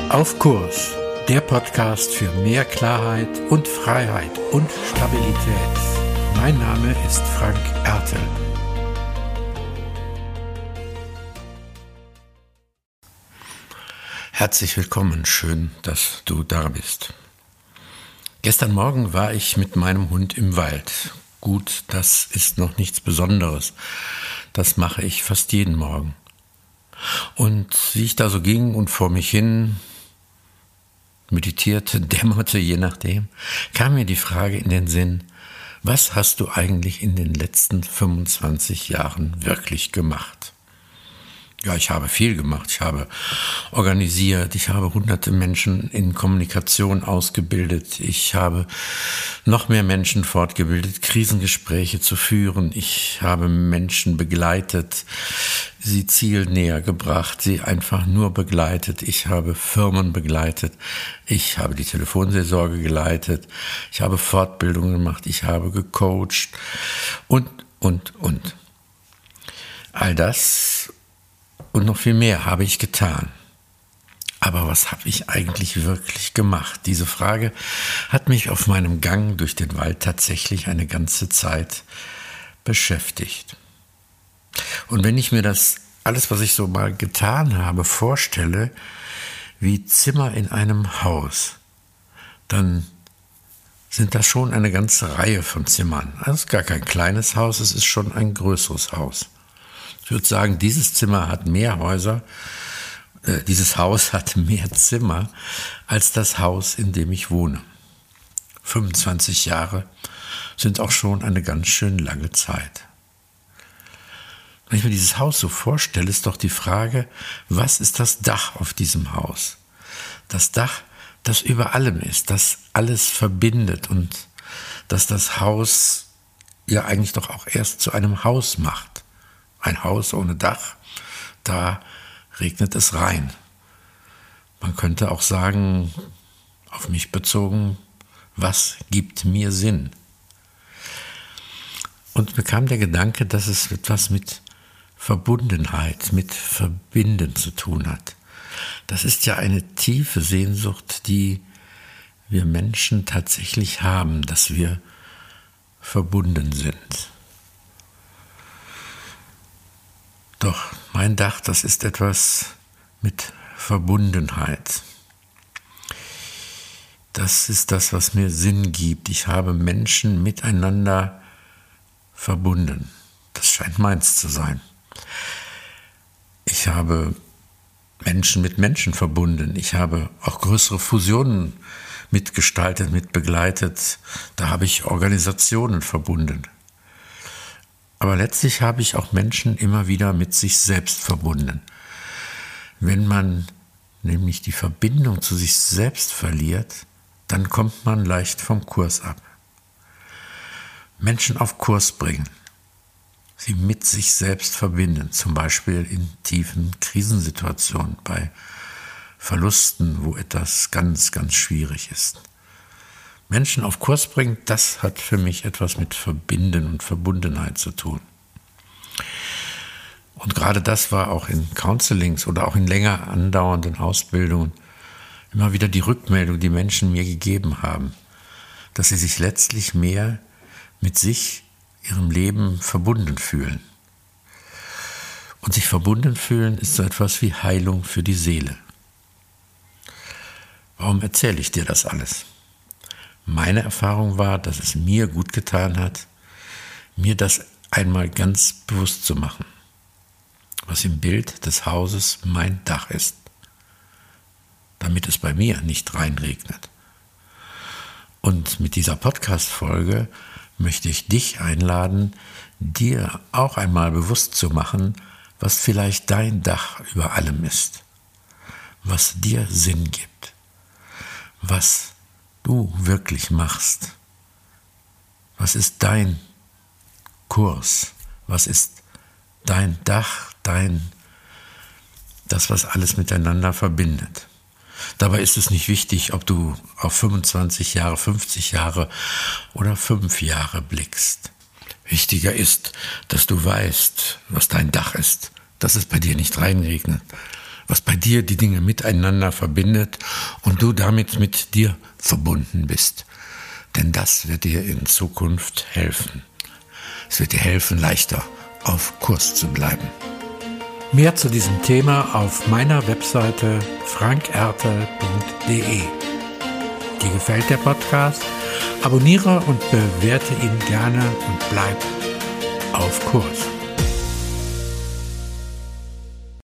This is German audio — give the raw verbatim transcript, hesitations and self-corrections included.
Auf Kurs, der Podcast für mehr Klarheit und Freiheit und Stabilität. Mein Name ist Frank Ertel. Herzlich willkommen, schön, dass du da bist. Gestern Morgen war ich mit meinem Hund im Wald. Gut, das ist noch nichts Besonderes. Das mache ich fast jeden Morgen. Und wie ich da so ging und vor mich hin meditierte, dämmerte, je nachdem, kam mir die Frage in den Sinn: Was hast du eigentlich in den letzten fünfundzwanzig Jahren wirklich gemacht? Ja, ich habe viel gemacht. Ich habe organisiert, ich habe hunderte Menschen in Kommunikation ausgebildet, ich habe noch mehr Menschen fortgebildet, Krisengespräche zu führen, ich habe Menschen begleitet, sie zielnäher gebracht, sie einfach nur begleitet, ich habe Firmen begleitet, ich habe die Telefonseelsorge geleitet, ich habe Fortbildungen gemacht, ich habe gecoacht und, und, und. All das und noch viel mehr habe ich getan. Aber was habe ich eigentlich wirklich gemacht? Diese Frage hat mich auf meinem Gang durch den Wald tatsächlich eine ganze Zeit beschäftigt. Und wenn ich mir das alles, was ich so mal getan habe, vorstelle, wie Zimmer in einem Haus, dann sind das schon eine ganze Reihe von Zimmern. Also es ist gar kein kleines Haus, es ist schon ein größeres Haus. Ich würde sagen, dieses Zimmer hat mehr Häuser, äh, dieses Haus hat mehr Zimmer als das Haus, in dem ich wohne. fünfundzwanzig Jahre sind auch schon eine ganz schön lange Zeit. Wenn ich mir dieses Haus so vorstelle, ist doch die Frage, was ist das Dach auf diesem Haus? Das Dach, das über allem ist, das alles verbindet und das das Haus ja eigentlich doch auch erst zu einem Haus macht. Ein Haus ohne Dach, da regnet es rein. Man könnte auch sagen, auf mich bezogen, was gibt mir Sinn? Und mir kam der Gedanke, dass es etwas mit Verbundenheit, mit Verbinden zu tun hat. Das ist ja eine tiefe Sehnsucht, die wir Menschen tatsächlich haben, dass wir verbunden sind. Doch mein Dach, das ist etwas mit Verbundenheit. Das ist das, was mir Sinn gibt. Ich habe Menschen miteinander verbunden. Das scheint meins zu sein. Ich habe Menschen mit Menschen verbunden. Ich habe auch größere Fusionen mitgestaltet, mitbegleitet. Da habe ich Organisationen verbunden. Aber letztlich habe ich auch Menschen immer wieder mit sich selbst verbunden. Wenn man nämlich die Verbindung zu sich selbst verliert, dann kommt man leicht vom Kurs ab. Menschen auf Kurs bringen, sie mit sich selbst verbinden, zum Beispiel in tiefen Krisensituationen, bei Verlusten, wo etwas ganz, ganz schwierig ist. Menschen auf Kurs bringen, das hat für mich etwas mit Verbinden und Verbundenheit zu tun. Und gerade das war auch in Counselings oder auch in länger andauernden Ausbildungen immer wieder die Rückmeldung, die Menschen mir gegeben haben, dass sie sich letztlich mehr mit sich, ihrem Leben verbunden fühlen. Und sich verbunden fühlen ist so etwas wie Heilung für die Seele. Warum erzähle ich dir das alles? Meine Erfahrung war, dass es mir gut getan hat, mir das einmal ganz bewusst zu machen, was im Bild des Hauses mein Dach ist, damit es bei mir nicht reinregnet. Und mit dieser Podcast-Folge möchte ich dich einladen, dir auch einmal bewusst zu machen, was vielleicht dein Dach über allem ist, was dir Sinn gibt, was du wirklich machst. Was ist dein Kurs? Was ist dein Dach, dein, das, was alles miteinander verbindet? Dabei ist es nicht wichtig, ob du auf fünfundzwanzig Jahre, fünfzig Jahre oder fünf Jahre blickst. Wichtiger ist, dass du weißt, was dein Dach ist, dass es bei dir nicht reinregnet, was bei dir die Dinge miteinander verbindet und du damit mit dir verbunden bist. Denn das wird dir in Zukunft helfen. Es wird dir helfen, leichter auf Kurs zu bleiben. Mehr zu diesem Thema auf meiner Webseite frank ertel punkt de. Dir gefällt der Podcast? Abonniere und bewerte ihn gerne und bleib auf Kurs.